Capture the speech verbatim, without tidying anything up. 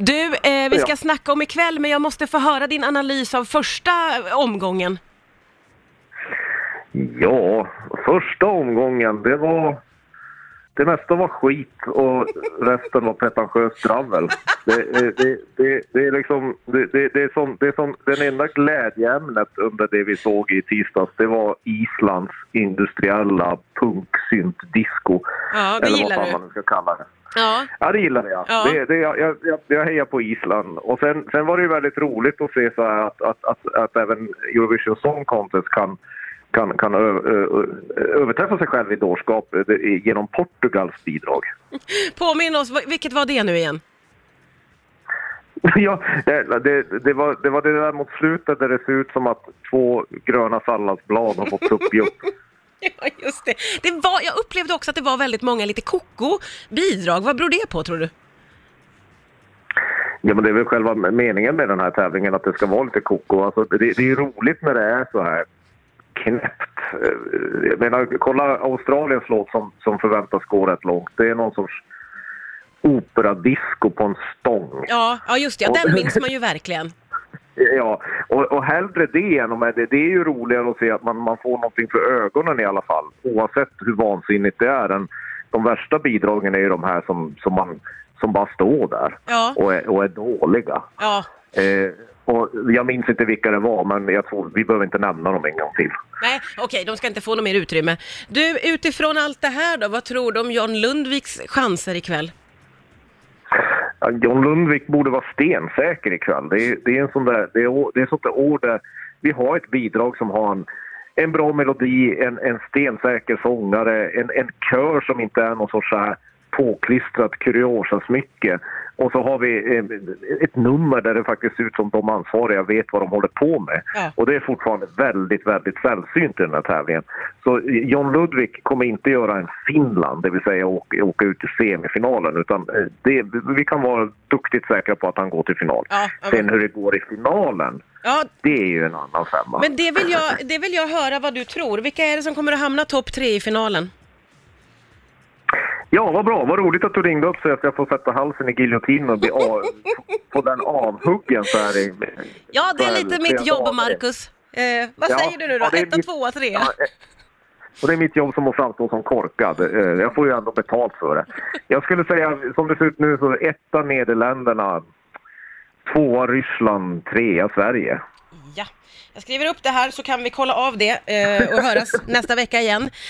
Du, eh, vi ska Ja. snacka om ikväll, men jag måste få höra din analys av första omgången. Ja, första omgången, det var... Det mesta var skit och resten var pretentiöst dravel. Det, det, det, det är liksom... Det, det, det, är som, det är som den enda glädjeämnet under det vi såg i tisdags. Det var Islands industriella punksynt-disco. Ja, det eller gillar vad du. fan man nu ska kalla det. Ja. Ja, det gillar jag. Ja. Det, det, jag, jag, jag hejar på Island. Och sen, sen var det ju väldigt roligt att se så här att, att, att, att även Eurovision Song Contest kan, kan, kan ö, ö, överträffa sig själv i dårskap genom Portugals bidrag. Påminn oss, vilket var det nu igen? Ja, det, det, det, var, det var det där mot slutet där det ser ut som att två gröna salladsblad har fått upp upp. Ja, just det. det var, jag upplevde också att det var väldigt många lite koko bidrag. Vad beror det på, tror du? Ja, men det är väl själva meningen med den här tävlingen att det ska vara lite koko. Alltså, det, det är roligt när det är så här knäppt. Jag menar, kolla Australiens låt som, som förväntas gå rätt långt. Det är någon sorts operadisco på en stång. Ja, ja just det. Den minns man ju verkligen. Ja, och, och hellre det än med det. Det är ju roligare att se att man, man får någonting för ögonen i alla fall. Oavsett hur vansinnigt det är. Den, de värsta bidragen är ju de här som, som, man, som bara står där Ja. och, är, och är dåliga. Ja. Eh, och jag minns inte vilka det var, men jag tror vi behöver inte nämna dem en gång till. Nej, okej, de ska inte få något mer utrymme. Du, utifrån allt det här då, vad tror du om John Lundviks chanser ikväll? Ja, John Lundvik borde vara stensäker ikväll. Det är, det är en sån där, det är, det är sånt där år där vi har ett bidrag som har en, en bra melodi, en, en stensäker sångare, en, en kör som inte är någon sorts så här påklistrat kuriosa-smycke. Och så har vi ett nummer där det faktiskt ser ut som de ansvariga vet vad de håller på med. Ja. Och det är fortfarande väldigt, väldigt sällsynt i den här tävlingen. Så John Lundvik kommer inte göra en Finland, det vill säga åka, åka ut i semifinalen. Utan det, vi kan vara duktigt säkra på att han går till final. Ja, ja, Sen hur det går i finalen, Ja, det är ju en annan femma. men det vill, jag, det vill jag höra vad du tror. Vilka är det som kommer att hamna topp tre i finalen? Ja, vad bra. Vad roligt att du ringde upp så att jag får sätta halsen i giljotin och bli av, på den avhuggen så här i, Ja, det är så här lite flera mitt jobb, dagar. Marcus. Eh, vad Ja, säger du nu då? ja, det är Etta, mitt- tvåa, trea? Ja, och det är mitt jobb som att framstå som korkad. Eh, Jag får ju ändå betalt för det. Jag skulle säga, som det ser ut nu, så etta Nederländerna, tvåa Ryssland, trea Sverige. Ja, jag skriver upp det här så kan vi kolla av det eh, och höras nästa vecka igen.